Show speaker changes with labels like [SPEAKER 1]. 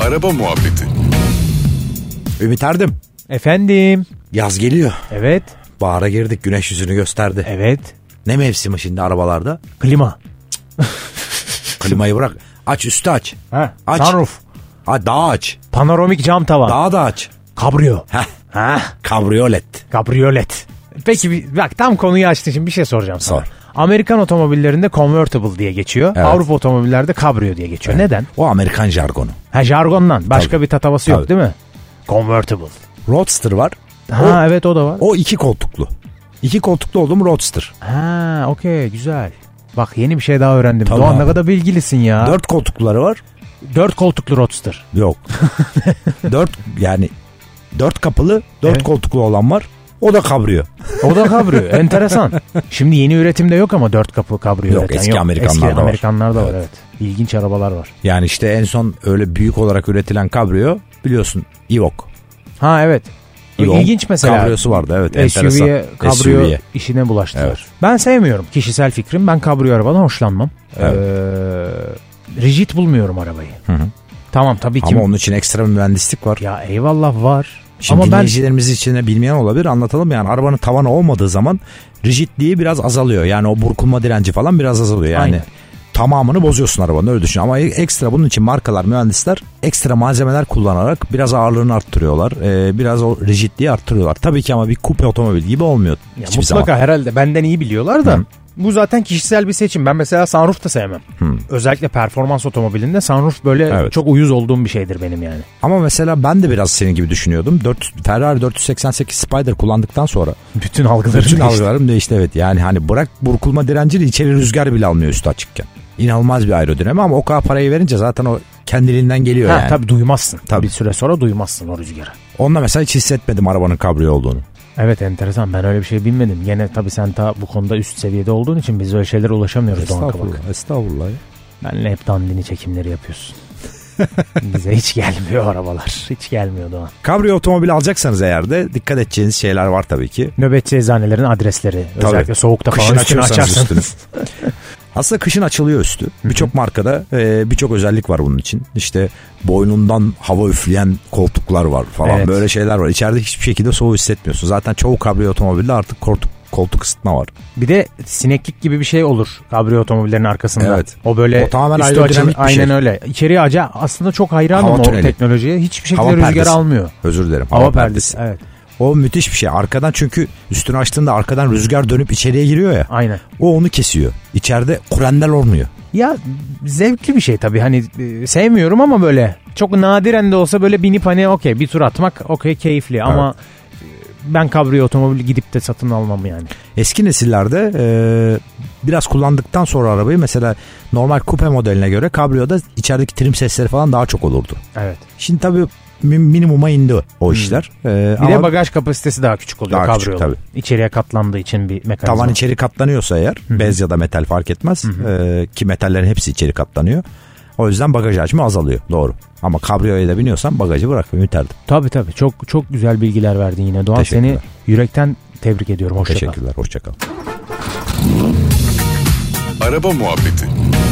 [SPEAKER 1] Araba Muhabbeti.
[SPEAKER 2] Ümit Erdem.
[SPEAKER 3] Efendim.
[SPEAKER 2] Yaz geliyor.
[SPEAKER 3] Evet.
[SPEAKER 2] Bahara girdik, güneş yüzünü gösterdi.
[SPEAKER 3] Evet.
[SPEAKER 2] Ne mevsimi şimdi arabalarda?
[SPEAKER 3] Klima.
[SPEAKER 2] Klimayı bırak. Aç, üstü aç.
[SPEAKER 3] Ha,
[SPEAKER 2] Aç.
[SPEAKER 3] sunroof.
[SPEAKER 2] Ha, daha aç.
[SPEAKER 3] Panoramik cam tavan.
[SPEAKER 2] Daha da aç.
[SPEAKER 3] Kabrio.
[SPEAKER 2] Heh.
[SPEAKER 3] Ha,
[SPEAKER 2] Kabriolet.
[SPEAKER 3] kabriolet. Peki bak, tam konuyu açtın, şimdi bir şey soracağım sana.
[SPEAKER 2] Sor.
[SPEAKER 3] Amerikan otomobillerinde convertible diye geçiyor.
[SPEAKER 2] Evet.
[SPEAKER 3] Avrupa otomobillerde cabrio diye geçiyor.
[SPEAKER 2] Evet.
[SPEAKER 3] Neden?
[SPEAKER 2] O Amerikan jargonu.
[SPEAKER 3] Ha, jargondan. Başka
[SPEAKER 2] Tabii.
[SPEAKER 3] bir tatavası yok
[SPEAKER 2] Tabii.
[SPEAKER 3] değil mi? Convertible.
[SPEAKER 2] Roadster var.
[SPEAKER 3] Ha, evet, o da var.
[SPEAKER 2] O 2 koltuklu. 2 koltuklu olduğum Roadster.
[SPEAKER 3] Ha, okey, güzel. Bak, yeni bir şey daha öğrendim.
[SPEAKER 2] Tabii
[SPEAKER 3] Doğan, ne
[SPEAKER 2] abi.
[SPEAKER 3] kadar bilgilisin ya.
[SPEAKER 2] 4 koltukları var.
[SPEAKER 3] 4 koltuklu Roadster.
[SPEAKER 2] Yok. 4 kapılı, 4
[SPEAKER 3] Evet.
[SPEAKER 2] koltuklu olan var. O da kabrio.
[SPEAKER 3] O da kabrio. Enteresan. Şimdi yeni üretimde yok ama 4 kapı kabrio
[SPEAKER 2] Yok,
[SPEAKER 3] üreten
[SPEAKER 2] eski Amerikanlarda
[SPEAKER 3] eski
[SPEAKER 2] var.
[SPEAKER 3] Amerikanlarda var,
[SPEAKER 2] Evet.
[SPEAKER 3] evet. İlginç arabalar var.
[SPEAKER 2] Yani işte en son öyle büyük olarak üretilen kabrio biliyorsun, Evoque.
[SPEAKER 3] Ha, evet.
[SPEAKER 2] Evoque
[SPEAKER 3] İlginç mesela.
[SPEAKER 2] kabriyosu vardı, evet, enteresan.
[SPEAKER 3] SUV'ye kabrio
[SPEAKER 2] SUV'ye.
[SPEAKER 3] işine bulaştılar.
[SPEAKER 2] Evet.
[SPEAKER 3] Ben sevmiyorum. Kişisel fikrim. Ben kabrio arabadan hoşlanmam.
[SPEAKER 2] Evet.
[SPEAKER 3] Rigid bulmuyorum arabayı.
[SPEAKER 2] Hı.
[SPEAKER 3] Tamam, tabii ki.
[SPEAKER 2] Ama onun için ekstra bir mühendislik var.
[SPEAKER 3] Ya eyvallah, var.
[SPEAKER 2] Şimdi
[SPEAKER 3] ama
[SPEAKER 2] dinleyicilerimiz için de bilmeyen olabilir, anlatalım. Yani arabanın tavanı olmadığı zaman rigidliği biraz azalıyor. Yani o burkulma direnci falan biraz azalıyor. Yani
[SPEAKER 3] Aynen.
[SPEAKER 2] tamamını bozuyorsun arabanın, öyle düşün. Ama ekstra bunun için markalar, mühendisler ekstra malzemeler kullanarak biraz ağırlığını arttırıyorlar. Biraz o rigidliği arttırıyorlar. Tabii ki ama bir kupe otomobil gibi olmuyor
[SPEAKER 3] Ya
[SPEAKER 2] hiçbir
[SPEAKER 3] mutlaka
[SPEAKER 2] zaman.
[SPEAKER 3] herhalde benden iyi biliyorlar da.
[SPEAKER 2] Hı.
[SPEAKER 3] Bu zaten kişisel bir seçim. Ben mesela sunroof da sevmem. Özellikle performans otomobilinde sunroof böyle
[SPEAKER 2] Evet.
[SPEAKER 3] çok uyuz olduğum bir şeydir benim yani.
[SPEAKER 2] Ama mesela ben de biraz senin gibi düşünüyordum. Ferrari 488 Spider kullandıktan sonra
[SPEAKER 3] Bütün algılarım
[SPEAKER 2] bütün
[SPEAKER 3] değişti.
[SPEAKER 2] algılarım değişti, evet. Yani hani bırak burkulma direnciyle içeri rüzgar bile almıyor üstü açıkken. İnanılmaz bir aerodinami ama o kadar parayı verince zaten o kendiliğinden geliyor
[SPEAKER 3] Ha,
[SPEAKER 2] yani.
[SPEAKER 3] tabii duymazsın.
[SPEAKER 2] Tabii.
[SPEAKER 3] Bir süre sonra duymazsın o rüzgarı.
[SPEAKER 2] Onunla mesela hiç hissetmedim arabanın kabrio olduğunu.
[SPEAKER 3] Evet, enteresan. Ben öyle bir şey bilmedim. Gene tabii sen bu konuda üst seviyede olduğun için biz öyle şeylere ulaşamıyoruz Doğan Kabak.
[SPEAKER 2] Estağfurullah.
[SPEAKER 3] Benle hep dandini çekimleri yapıyorsun. Bize hiç gelmiyor arabalar. Hiç gelmiyor Doğan.
[SPEAKER 2] Kabrio otomobili alacaksanız eğer de dikkat edeceğiniz şeyler var tabii ki.
[SPEAKER 3] Nöbetçi eczanelerin adresleri.
[SPEAKER 2] Tabii.
[SPEAKER 3] Özellikle soğukta falan
[SPEAKER 2] Kışın
[SPEAKER 3] üstünü
[SPEAKER 2] açıyorsanız
[SPEAKER 3] açarsanız.
[SPEAKER 2] Aslında kışın açılıyor üstü. Birçok markada birçok özellik var bunun için. İşte boynundan hava üfleyen koltuklar var falan,
[SPEAKER 3] Evet.
[SPEAKER 2] böyle şeyler var. İçeride hiçbir şekilde soğuk hissetmiyorsun. Zaten çoğu kabrio otomobilde artık koltuk ısıtma var.
[SPEAKER 3] Bir de sineklik gibi bir şey olur kabrio otomobillerin arkasında.
[SPEAKER 2] Evet.
[SPEAKER 3] O böyle
[SPEAKER 2] O tamamen
[SPEAKER 3] üstü
[SPEAKER 2] aerodinamik bir
[SPEAKER 3] aynen
[SPEAKER 2] şey.
[SPEAKER 3] öyle. İçeriye aslında çok hayranım
[SPEAKER 2] Hava
[SPEAKER 3] o
[SPEAKER 2] tüneli.
[SPEAKER 3] teknolojiye. Hiçbir şekilde
[SPEAKER 2] Hava
[SPEAKER 3] rüzgar
[SPEAKER 2] perdesi.
[SPEAKER 3] almıyor.
[SPEAKER 2] Özür dilerim.
[SPEAKER 3] Hava perdesi. Evet.
[SPEAKER 2] O müthiş bir şey. Arkadan, çünkü üstünü açtığında arkadan rüzgar dönüp içeriye giriyor ya.
[SPEAKER 3] Aynen.
[SPEAKER 2] O onu kesiyor. İçeride kurendel olmuyor.
[SPEAKER 3] Ya zevkli bir şey tabii. Hani sevmiyorum ama böyle çok nadiren de olsa böyle binip hani okey bir tur atmak okey keyifli ama ben kabrio otomobil gidip de satın almam yani.
[SPEAKER 2] Eski nesillerde biraz kullandıktan sonra arabayı, mesela normal kupe modeline göre kabriyoda içerideki trim sesleri falan daha çok olurdu.
[SPEAKER 3] Evet.
[SPEAKER 2] Şimdi tabii minimuma indi o işler.
[SPEAKER 3] Bir de bagaj kapasitesi daha küçük oluyor
[SPEAKER 2] Daha küçük,
[SPEAKER 3] kabriyoda. İçeriye katlandığı için bir mekanizma.
[SPEAKER 2] tavan içeri katlanıyorsa eğer, bez ya da metal fark etmez. Ki metallerin hepsi içeri katlanıyor. O yüzden bagaj hacmi azalıyor. Doğru. Ama kabriyoya da biniyorsan bagajı bırak. Ümit Erdem.
[SPEAKER 3] Tabii. Çok güzel bilgiler verdin yine Doğan. Seni yürekten tebrik ediyorum. Hoşça kal.
[SPEAKER 2] Teşekkürler. Hoşça kal.
[SPEAKER 1] Araba Muhabbeti.